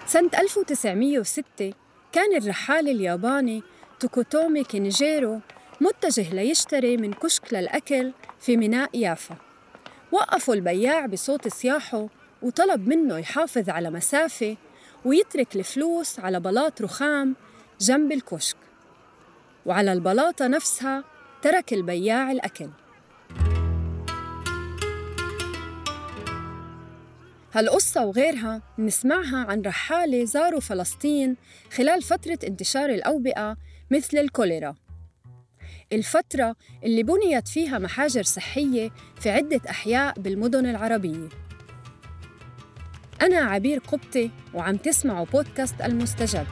سنة 1906 كان الرحال الياباني توكوتومي كينيجيرو متجه ليشتري من كشك للأكل في ميناء يافا. وقفوا البياع بصوت صياحه وطلب منه يحافظ على مسافة ويترك الفلوس على بلاط رخام جنب الكشك، وعلى البلاطة نفسها ترك البياع الأكل. هالقصة وغيرها نسمعها عن رحالة زاروا فلسطين خلال فترة انتشار الأوبئة مثل الكوليرا، الفترة اللي بنيت فيها محاجر صحية في عدة أحياء بالمدن العربية. أنا عبير قبطي وعم تسمعوا بودكاست المستجد.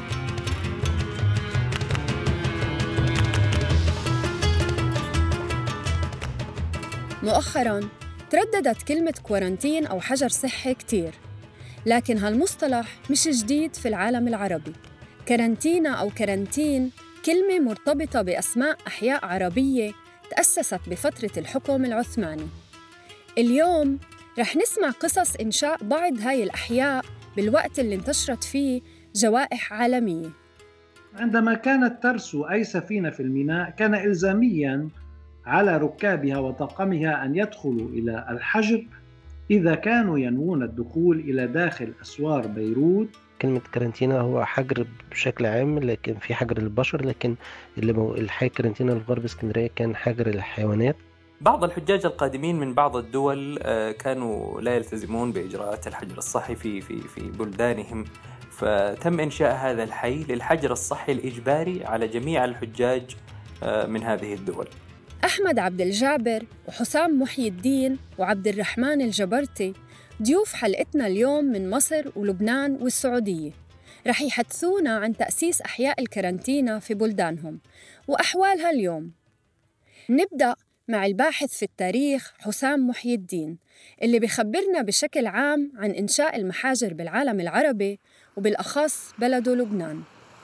مؤخراً ترددت كلمة كورنتين أو حجر صحي كتير، لكن هالمصطلح مش جديد في العالم العربي. كرنتينا أو كرنتين كلمة مرتبطة بأسماء أحياء عربية تأسست بفترة الحكم العثماني. اليوم رح نسمع قصص إنشاء بعض هاي الأحياء بالوقت اللي انتشرت فيه جوائح عالمية. عندما كانت ترسو أي سفينة في الميناء كان إلزامياً على ركابها وطاقمها أن يدخلوا إلى الحجر إذا كانوا ينوون الدخول إلى داخل أسوار بيروت. كلمة كارنتينا هو حجر بشكل عام، لكن في حجر للبشر، لكن الحي كارنتينا اللي في غرب اسكندرية كان حجر للحيوانات. بعض الحجاج القادمين من بعض الدول كانوا لا يلتزمون بإجراءات الحجر الصحي في بلدانهم، فتم إنشاء هذا الحي للحجر الصحي الإجباري على جميع الحجاج من هذه الدول. أحمد عبد الجابر وحسام محي الدين وعبد الرحمن الجبرتي ضيوف حلقتنا اليوم من مصر ولبنان والسعودية. رح يحدثونا عن تأسيس أحياء الكرنتينا في بلدانهم وأحوالها اليوم. نبدأ مع الباحث في التاريخ حسام محي الدين اللي بيخبرنا بشكل عام عن إنشاء المحاجر بالعالم العربي وبالأخص بلده لبنان.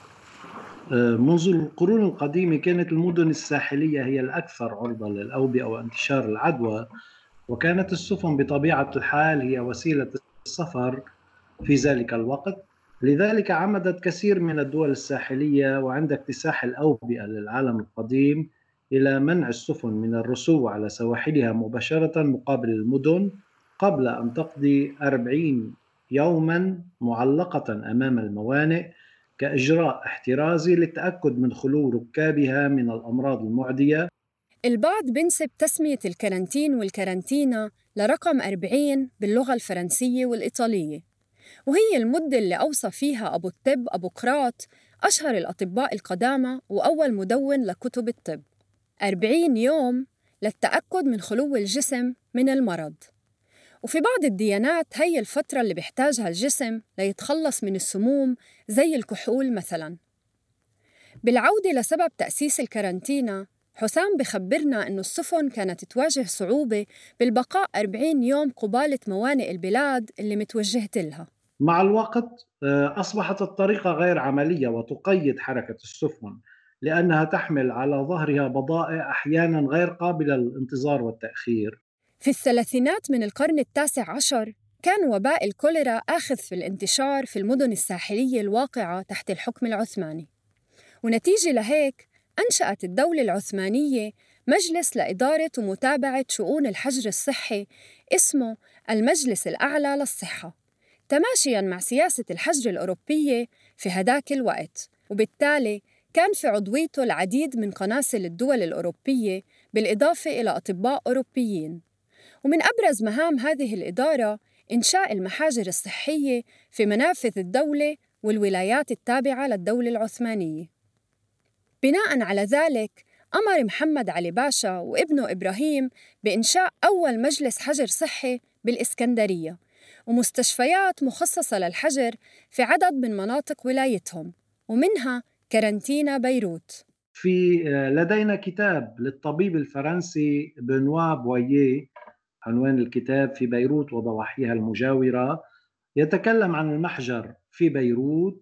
منذ القرون القديمة كانت المدن الساحلية هي الأكثر عرضة للأوبئة وانتشار العدوى، وكانت السفن بطبيعة الحال هي وسيلة السفر في ذلك الوقت. لذلك عمدت كثير من الدول الساحلية وعند اكتساح الأوبئة للعالم القديم إلى منع السفن من الرسو على سواحلها مباشرة مقابل المدن قبل أن تقضي 40 يوماً معلقة أمام الموانئ كإجراء احترازي للتأكد من خلو ركابها من الأمراض المعدية. البعض بنسب تسمية الكرنتين والكرنتينا لرقم 40 باللغة الفرنسية والإيطالية، وهي المدة اللي أوصى فيها أبو الطب أبوقراط أشهر الأطباء القدامى وأول مدون لكتب الطب. 40 يوم للتأكد من خلو الجسم من المرض. وفي بعض الديانات هي الفترة اللي بيحتاجها الجسم ليتخلص من السموم زي الكحول مثلاً. بالعودة لسبب تأسيس الكرنتينا، حسام بخبرنا إنه السفن كانت تواجه صعوبة بالبقاء 40 يوم قبالة موانئ البلاد اللي متوجهت لها. مع الوقت أصبحت الطريقة غير عملية وتقيد حركة السفن لأنها تحمل على ظهرها بضائع أحياناً غير قابلة للانتظار والتأخير. في الثلاثينات من القرن التاسع عشر كان وباء الكوليرا آخذ في الانتشار في المدن الساحلية الواقعة تحت الحكم العثماني، ونتيجة لهيك أنشأت الدولة العثمانية مجلس لإدارة ومتابعة شؤون الحجر الصحي اسمه المجلس الأعلى للصحة، تماشياً مع سياسة الحجر الأوروبية في هداك الوقت. وبالتالي كان في عضويته العديد من قناصل الدول الأوروبية بالإضافة إلى أطباء أوروبيين. ومن أبرز مهام هذه الإدارة إنشاء المحاجر الصحية في منافذ الدولة والولايات التابعة للدولة العثمانية. بناءً على ذلك أمر محمد علي باشا وابنه إبراهيم بإنشاء أول مجلس حجر صحي بالإسكندرية ومستشفيات مخصصة للحجر في عدد من مناطق ولايتهم، ومنها كرنتينا بيروت. في لدينا كتاب للطبيب الفرنسي بنوا بويه، عنوان الكتاب في بيروت وضواحيها المجاورة، يتكلم عن المحجر في بيروت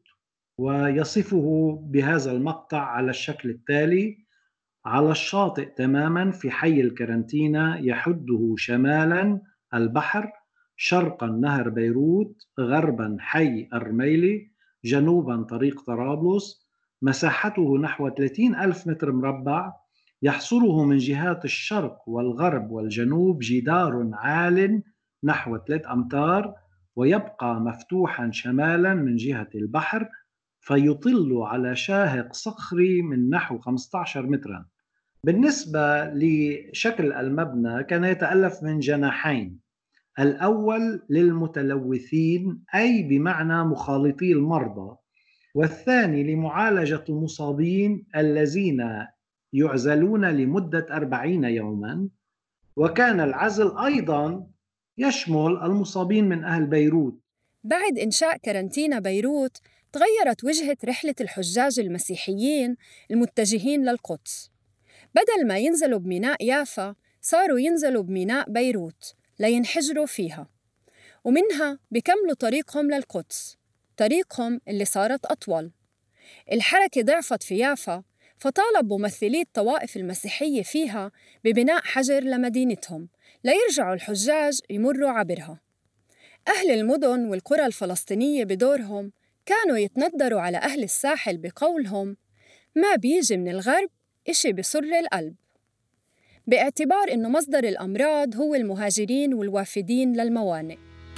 ويصفه بهذا المقطع على الشكل التالي: على الشاطئ تماما في حي الكرنتينا يحده شمالا البحر، شرقاً نهر بيروت، غرباً حي الرميلي، جنوباً طريق طرابلس، مساحته نحو 30 ألف متر مربع، يحصره من جهات الشرق والغرب والجنوب جدار عال نحو 3 أمتار، ويبقى مفتوحاً شمالاً من جهة البحر، فيطل على شاهق صخري من نحو 15 متراً. بالنسبة لشكل المبنى كان يتألف من جناحين، الأول للمتلوثين أي بمعنى مخالطي المرضى، والثاني لمعالجة المصابين الذين يعزلون لمدة 40 يوما. وكان العزل أيضا يشمل المصابين من أهل بيروت. بعد إنشاء كارنتينا بيروت تغيرت وجهة رحلة الحجاج المسيحيين المتجهين للقدس. بدل ما ينزلوا بميناء يافا صاروا ينزلوا بميناء بيروت لينحجروا فيها، ومنها بيكملوا طريقهم للقدس، طريقهم اللي صارت أطول. الحركة ضعفت في يافا، فطالب ممثلي الطوائف المسيحية فيها ببناء حجر لمدينتهم ليرجعوا الحجاج يمروا عبرها. أهل المدن والقرى الفلسطينية بدورهم كانوا يتندروا على أهل الساحل بقولهم: ما بيجي من الغرب إشي بسر القلب، باعتبار إنه مصدر الأمراض هو المهاجرين والوافدين للموانئ.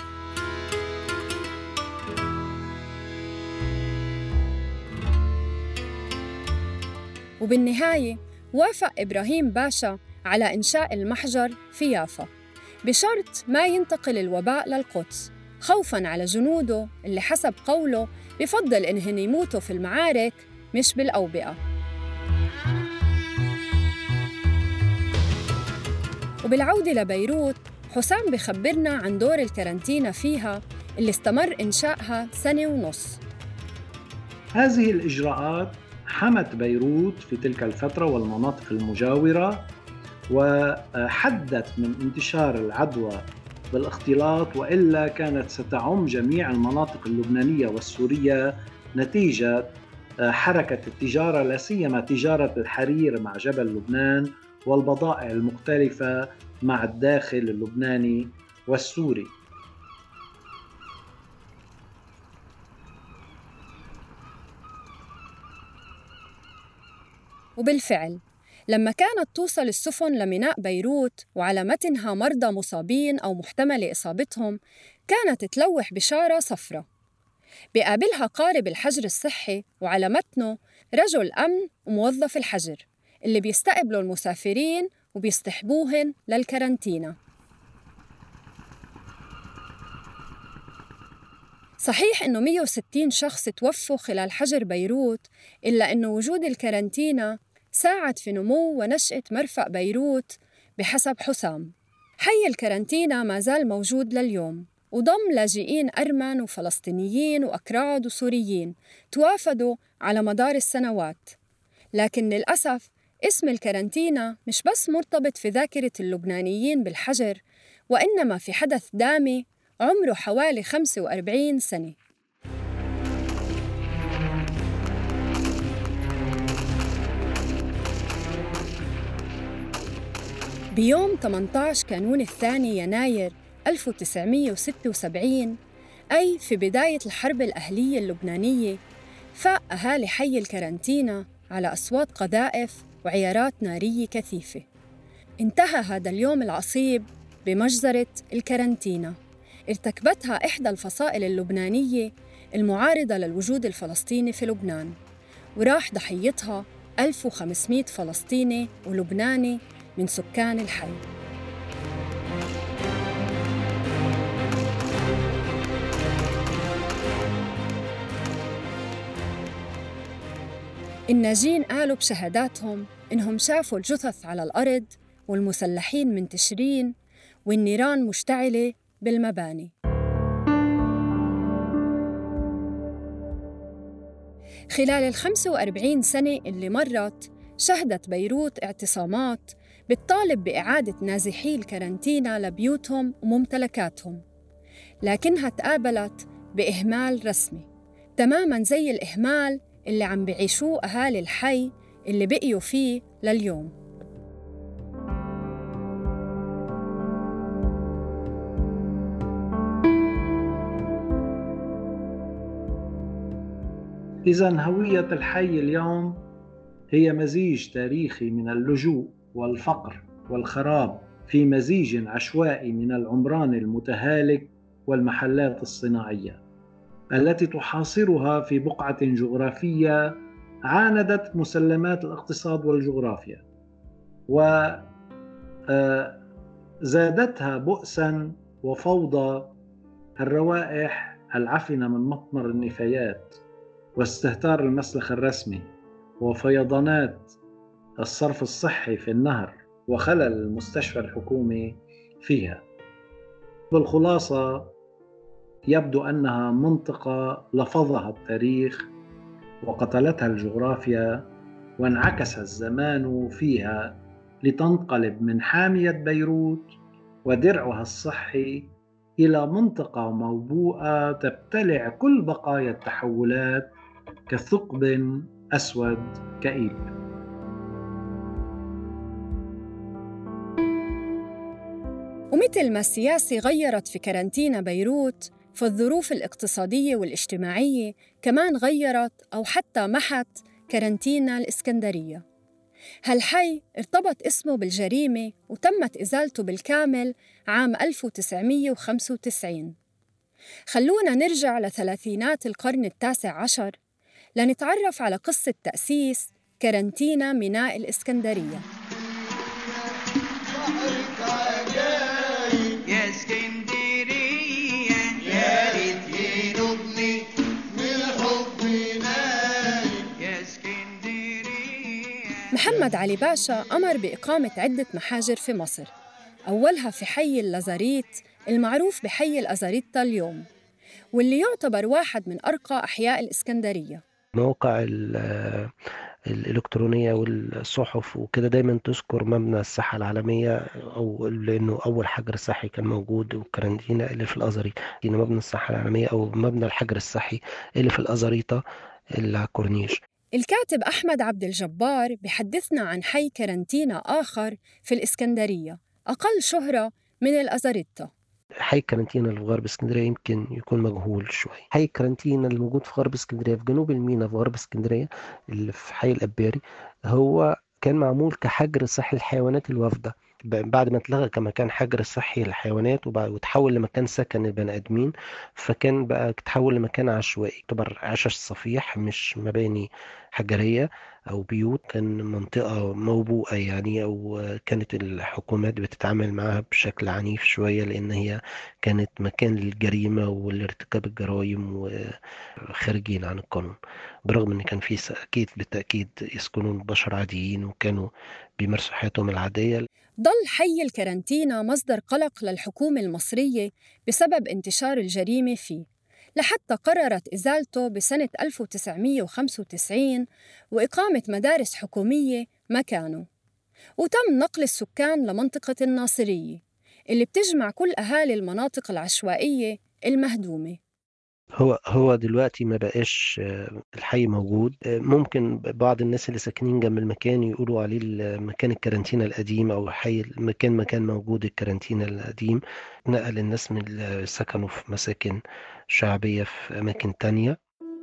وبالنهاية وافق إبراهيم باشا على إنشاء المحجر في يافا بشرط ما ينتقل الوباء للقدس، خوفاً على جنوده اللي حسب قوله بفضل إنهن يموتوا في المعارك مش بالأوبئة. وبالعودة لبيروت، حسام بخبرنا عن دور الكارنتينا فيها اللي استمر إنشائها 1.5 سنة. هذه الإجراءات حمت بيروت في تلك الفترة والمناطق المجاورة، وحدت من انتشار العدوى بالاختلاط، وإلا كانت ستعم جميع المناطق اللبنانية والسورية نتيجة حركة التجارة، لا سيما تجارة الحرير مع جبل لبنان والبضائع المختلفة مع الداخل اللبناني والسوري. وبالفعل لما كانت توصل السفن لميناء بيروت وعلى متنها مرضى مصابين أو محتمل إصابتهم، كانت تلوح بشارة صفراء بيقابلها قارب الحجر الصحي، وعلى متنه رجل أمن وموظف الحجر اللي بيستقبلوا المسافرين وبيصطحبوهن للكارنتينا. صحيح إنه 160 شخص توفوا خلال حجر بيروت، إلا إنه وجود الكارنتينا ساعد في نمو ونشأة مرفأ بيروت بحسب حسام. حي الكارنتينا ما زال موجود لليوم، وضم لاجئين أرمن وفلسطينيين وأكراد وسوريين توافدوا على مدار السنوات. لكن للأسف اسم الكارنتينا مش بس مرتبط في ذاكرة اللبنانيين بالحجر، وإنما في حدث دامي عمره حوالي 45 سنة. بيوم 18 كانون الثاني يناير 1976، أي في بداية الحرب الأهلية اللبنانية، فاق أهالي حي الكارنتينا على أصوات قذائف وعيارات نارية كثيفة. انتهى هذا اليوم العصيب بمجزرة الكارنتينا ارتكبتها إحدى الفصائل اللبنانية المعارضة للوجود الفلسطيني في لبنان، وراح ضحيتها 1500 فلسطيني ولبناني من سكان الحي. الناجين قالوا بشهاداتهم إنهم شافوا الجثث على الأرض والمسلحين منتشرين والنيران مشتعلة بالمباني. خلال 45 سنة اللي مرت، شهدت بيروت اعتصامات بتطالب بإعادة نازحي الكارنتينا لبيوتهم وممتلكاتهم، لكنها تقابلت بإهمال رسمي، تماماً زي الإهمال اللي عم بيعيشوه أهالي الحي اللي بقيوا فيه لليوم. إذن هوية الحي اليوم هي مزيج تاريخي من اللجوء والفقر والخراب في مزيج عشوائي من العمران المتهالك والمحلات الصناعية التي تحاصرها في بقعة جغرافية عاندت مسلمات الاقتصاد والجغرافيا، وزادتها بؤساً وفوضى الروائح العفنة من مطمر النفايات واستهتار المسلخ الرسمي وفيضانات الصرف الصحي في النهر وخلل المستشفى الحكومي فيها. بالخلاصة يبدو أنها منطقة لفظها التاريخ وقتلتها الجغرافيا وانعكس الزمان فيها لتنقلب من حامية بيروت ودرعها الصحي إلى منطقة موبوءة تبتلع كل بقايا التحولات كثقب أسود كئيب. ومثل ما السياسة غيرت في كارنتينا بيروت، فالظروف الاقتصادية والاجتماعية كمان غيرت أو حتى محت كارنتينا الإسكندرية. هالحي ارتبط اسمه بالجريمة وتمت إزالته بالكامل عام 1995. خلونا نرجع لثلاثينات القرن التاسع عشر لنتعرف على قصة تأسيس كارنتينا ميناء الإسكندرية. محمد علي باشا أمر بإقامة عدة محاجر في مصر، أولها في حي اللازاريت المعروف بحي الأزاريطة اليوم، واللي يعتبر واحد من أرقى أحياء الإسكندرية. مواقع الإلكترونية والصحف وكده دايما تذكر مبنى الصحة العالمية، أو لأنه أول حجر صحي كان موجود وكارنتينا اللي في الأزاريطة. يعني مبنى الصحة العالمية أو مبنى الحجر الصحي اللي في الأزاريطة اللي على الكورنيش. الكاتب أحمد عبد الجبار بيحدثنا عن حي كارنتينا آخر في الإسكندرية أقل شهرة من الأزاريطة. حي كارنتينا اللي في غرب اسكندرية يمكن يكون مجهول شوي. حي كارنتينا اللي موجود في غرب اسكندرية في جنوب الميناء في غرب اسكندرية اللي في حي الأباري هو كان معمول كحجر صحي للحيوانات الوافدة بعد ما اتلغى كمكان حجر صحي للحيوانات وتحول لمكان سكن البني آدمين، فكان بقى تحول لمكان عشوائي يعتبر عشش صفيح مش مباني حجرية أو بيوت. كان منطقة موبوءة يعني، أو كانت الحكومات بتتعامل معها بشكل عنيف شوية لأن هي كانت مكان للجريمة والارتكاب الجرائم وخارجين عن القانون، برغم أن كان في أكيد بالتأكيد يسكنون بشر عاديين وكانوا بيمارسوا حياتهم العادية. ضل حي الكارنتينا مصدر قلق للحكومة المصرية بسبب انتشار الجريمة فيه، لحتى قررت إزالته بسنة 1995 وإقامة مدارس حكومية مكانه، وتم نقل السكان لمنطقة الناصرية اللي بتجمع كل أهالي المناطق العشوائية المهدومة. هو دلوقتي ما بقاش الحي موجود. ممكن بعض الناس اللي ساكنين جنب المكان يقولوا عليه مكان الكارنتينا القديم أو حي مكان موجود الكارنتينا القديم. نقل الناس من اللي سكنوا في مساكن شعبية في أماكن تانية.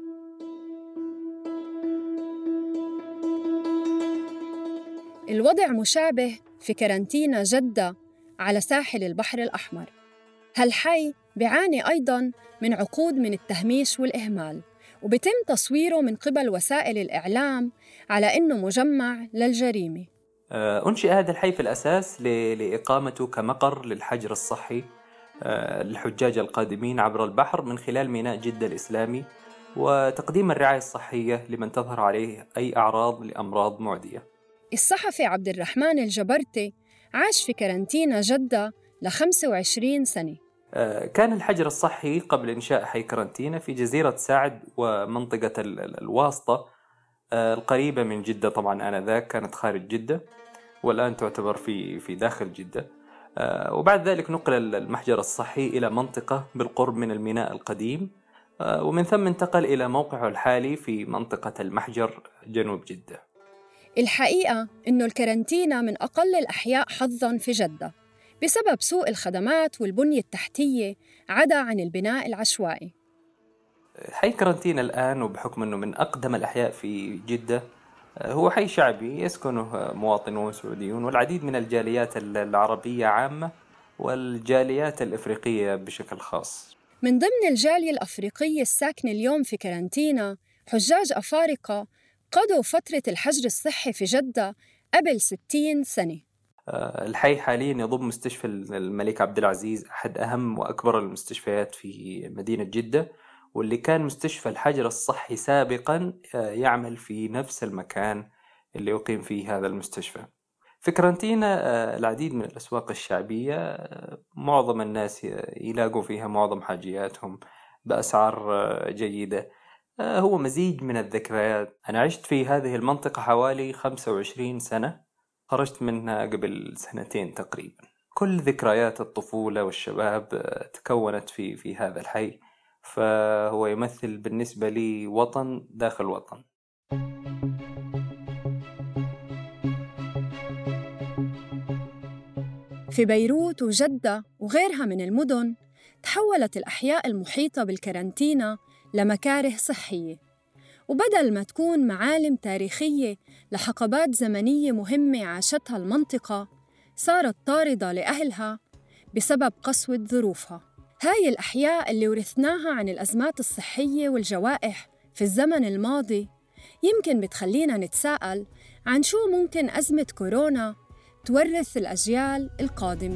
الوضع مشابه في كارنتينا جدة على ساحل البحر الأحمر. هالحي بيعاني أيضاً من عقود من التهميش والإهمال، وبيتم تصويره من قبل وسائل الإعلام على إنه مجمع للجريمة. أنشئ هذا الحي في الأساس لإقامته كمقر للحجر الصحي للحجاج القادمين عبر البحر من خلال ميناء جدة الإسلامي، وتقديم الرعاية الصحية لمن تظهر عليه أي أعراض لأمراض معدية. الصحفي عبد الرحمن الجبرتي عاش في كارنتينا جدة ل25 سنة. كان الحجر الصحي قبل إنشاء حي كارنتينا في جزيرة سعد ومنطقة الواسطة القريبة من جدة. طبعا آنذاك كانت خارج جدة والآن تعتبر في داخل جدة. وبعد ذلك نقل المحجر الصحي إلى منطقة بالقرب من الميناء القديم، ومن ثم انتقل إلى موقعه الحالي في منطقة المحجر جنوب جدة. الحقيقة إنه الكارنتينا من أقل الأحياء حظاً في جدة بسبب سوء الخدمات والبنية التحتية عدا عن البناء العشوائي. حي كرنتينا الآن وبحكم أنه من أقدم الأحياء في جدة هو حي شعبي يسكنه مواطنون سعوديون والعديد من الجاليات العربية عامة والجاليات الإفريقية بشكل خاص. من ضمن الجالية الأفريقية الساكنة اليوم في كرنتينا حجاج أفارقة قضوا فترة الحجر الصحي في جدة قبل 60 سنة. الحي حالياً يضم مستشفى الملك عبد العزيز، أحد أهم وأكبر المستشفيات في مدينة جدة، واللي كان مستشفى الحجر الصحي سابقاً يعمل في نفس المكان اللي يقيم فيه هذا المستشفى. في كرنتينا العديد من الأسواق الشعبية معظم الناس يلاقوا فيها معظم حاجياتهم بأسعار جيدة. هو مزيج من الذكريات. أنا عشت في هذه المنطقة حوالي 25 سنة، خرجت منها قبل 2 تقريبا. كل ذكريات الطفولة والشباب تكونت في هذا الحي، فهو يمثل بالنسبة لي وطن داخل وطن. في بيروت وجدة وغيرها من المدن تحولت الأحياء المحيطة بالكرنتينا لمكاره صحية، وبدل ما تكون معالم تاريخية لحقبات زمنية مهمة عاشتها المنطقة صارت طاردة لأهلها بسبب قسوة ظروفها. هاي الأحياء اللي ورثناها عن الأزمات الصحية والجوائح في الزمن الماضي يمكن بتخلينا نتساءل عن شو ممكن أزمة كورونا تورث الأجيال القادمة.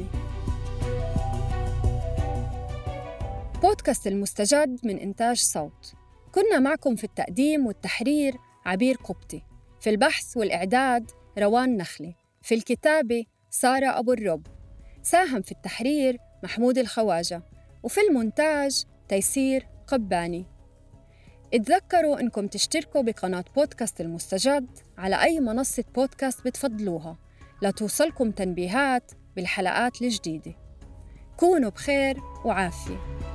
بودكاست المستجد من إنتاج صوت. كنا معكم في التقديم والتحرير عبير قبطي، في البحث والإعداد روان نخلي، في الكتابة سارة أبو الرب، ساهم في التحرير محمود الخواجة، وفي المونتاج تيسير قباني. اتذكروا إنكم تشتركوا بقناة بودكاست المستجد على أي منصة بودكاست بتفضلوها لتوصلكم تنبيهات بالحلقات الجديدة. كونوا بخير وعافية.